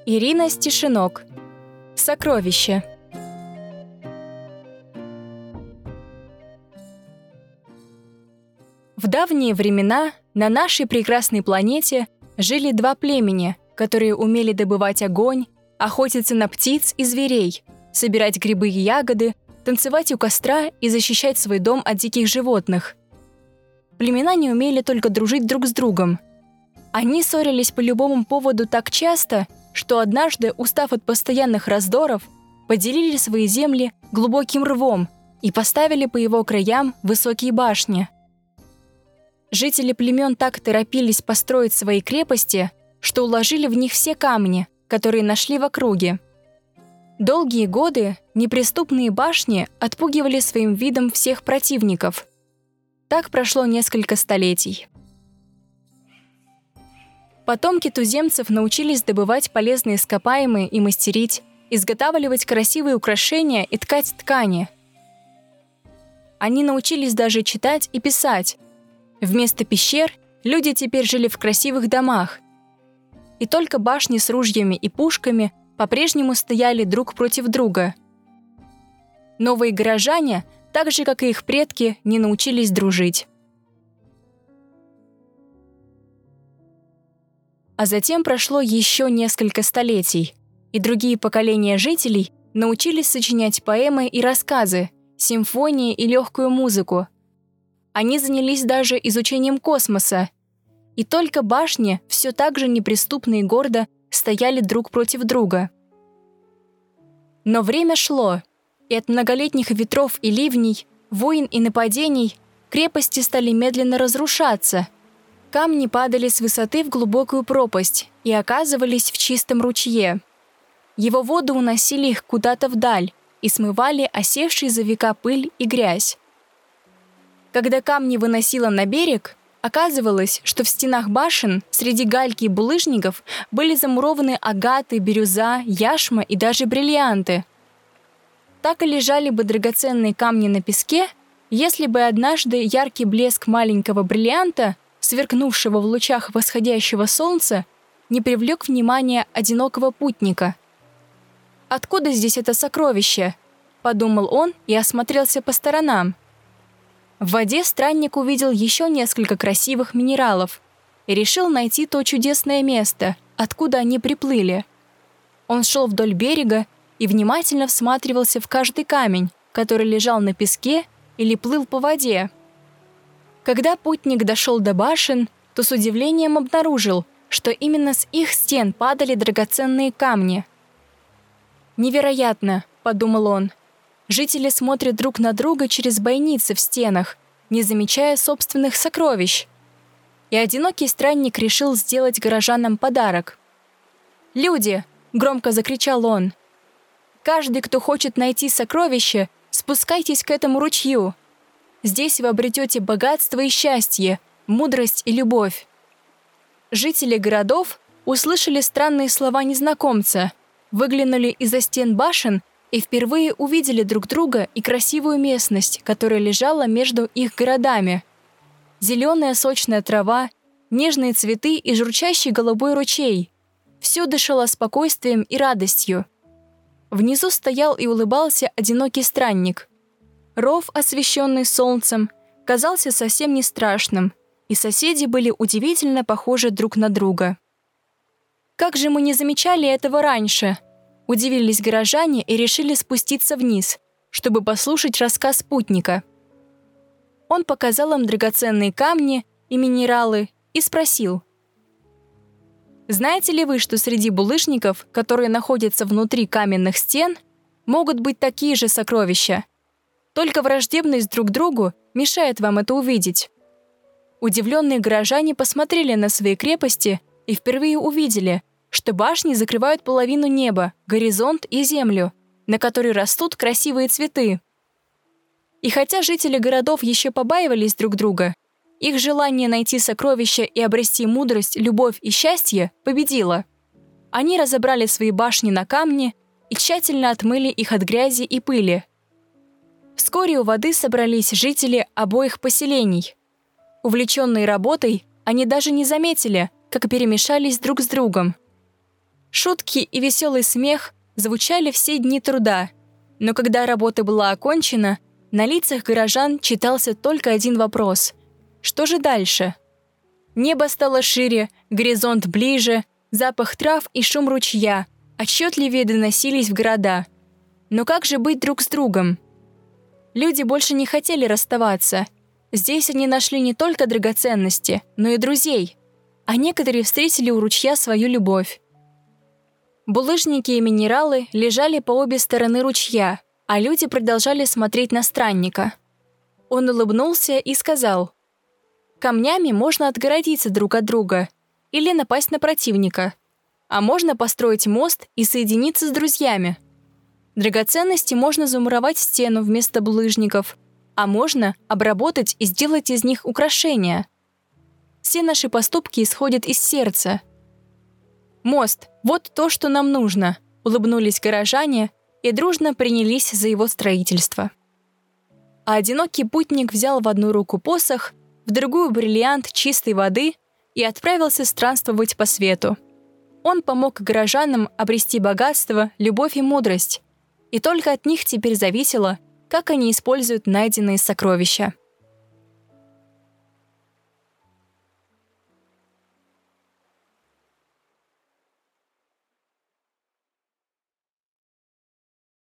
Ирина Стешинок. Сокровище. В давние времена на нашей прекрасной планете жили два племени, которые умели добывать огонь, охотиться на птиц и зверей, собирать грибы и ягоды, танцевать у костра и защищать свой дом от диких животных. Племена не умели только дружить друг с другом. Они ссорились по любому поводу так часто, что однажды, устав от постоянных раздоров, поделили свои земли глубоким рвом и поставили по его краям высокие башни. Жители племен так торопились построить свои крепости, что уложили в них все камни, которые нашли в округе. Долгие годы неприступные башни отпугивали своим видом всех противников. Так прошло несколько столетий. Потомки туземцев научились добывать полезные ископаемые и мастерить, изготавливать красивые украшения и ткать ткани. Они научились даже читать и писать. Вместо пещер люди теперь жили в красивых домах. И только башни с ружьями и пушками по-прежнему стояли друг против друга. Новые горожане, так же, как и их предки, не научились дружить. А затем прошло еще несколько столетий, и другие поколения жителей научились сочинять поэмы и рассказы, симфонии и легкую музыку. Они занялись даже изучением космоса, и только башни все так же неприступно и гордо стояли друг против друга. Но время шло, и от многолетних ветров и ливней, войн и нападений крепости стали медленно разрушаться. Камни падали с высоты в глубокую пропасть и оказывались в чистом ручье. Его воды уносили их куда-то вдаль и смывали осевшие за века пыль и грязь. Когда камни выносило на берег, оказывалось, что в стенах башен среди гальки и булыжников были замурованы агаты, бирюза, яшма и даже бриллианты. Так и лежали бы драгоценные камни на песке, если бы однажды яркий блеск маленького бриллианта, сверкнувшего в лучах восходящего солнца, не привлек внимания одинокого путника. «Откуда здесь это сокровище?» – подумал он и осмотрелся по сторонам. В воде странник увидел еще несколько красивых минералов и решил найти то чудесное место, откуда они приплыли. Он шел вдоль берега и внимательно всматривался в каждый камень, который лежал на песке или плыл по воде. Когда путник дошел до башен, то с удивлением обнаружил, что именно с их стен падали драгоценные камни. «Невероятно», — подумал он. Жители смотрят друг на друга через бойницы в стенах, не замечая собственных сокровищ. И одинокий странник решил сделать горожанам подарок. «Люди!» — громко закричал он. «Каждый, кто хочет найти сокровище, спускайтесь к этому ручью. Здесь вы обретете богатство и счастье, мудрость и любовь». Жители городов услышали странные слова незнакомца, выглянули из-за стен башен и впервые увидели друг друга и красивую местность, которая лежала между их городами. Зеленая сочная трава, нежные цветы и журчащий голубой ручей. Все дышало спокойствием и радостью. Внизу стоял и улыбался одинокий странник. Ров, освещенный солнцем, казался совсем не страшным, и соседи были удивительно похожи друг на друга. «Как же мы не замечали этого раньше?» Удивились горожане и решили спуститься вниз, чтобы послушать рассказ путника. Он показал им драгоценные камни и минералы и спросил: «Знаете ли вы, что среди булыжников, которые находятся внутри каменных стен, могут быть такие же сокровища? Только враждебность друг к другу мешает вам это увидеть». Удивленные горожане посмотрели на свои крепости и впервые увидели, что башни закрывают половину неба, горизонт и землю, на которой растут красивые цветы. И хотя жители городов еще побаивались друг друга, их желание найти сокровища и обрести мудрость, любовь и счастье победило. Они разобрали свои башни на камни и тщательно отмыли их от грязи и пыли. Вскоре у воды собрались жители обоих поселений. Увлеченные работой, они даже не заметили, как перемешались друг с другом. Шутки и веселый смех звучали все дни труда, но когда работа была окончена, на лицах горожан читался только один вопрос: что же дальше? Небо стало шире, горизонт ближе, запах трав и шум ручья отчетливее доносились в города. Но как же быть друг с другом? Люди больше не хотели расставаться. Здесь они нашли не только драгоценности, но и друзей, а некоторые встретили у ручья свою любовь. Булыжники и минералы лежали по обе стороны ручья, а люди продолжали смотреть на странника. Он улыбнулся и сказал: «Камнями можно отгородиться друг от друга или напасть на противника, а можно построить мост и соединиться с друзьями. Драгоценности можно замуровать в стену вместо булыжников, а можно обработать и сделать из них украшения. Все наши поступки исходят из сердца. Мост — вот то, что нам нужно», — улыбнулись горожане и дружно принялись за его строительство. А одинокий путник взял в одну руку посох, в другую бриллиант чистой воды и отправился странствовать по свету. Он помог горожанам обрести богатство, любовь и мудрость, и только от них теперь зависело, как они используют найденные сокровища.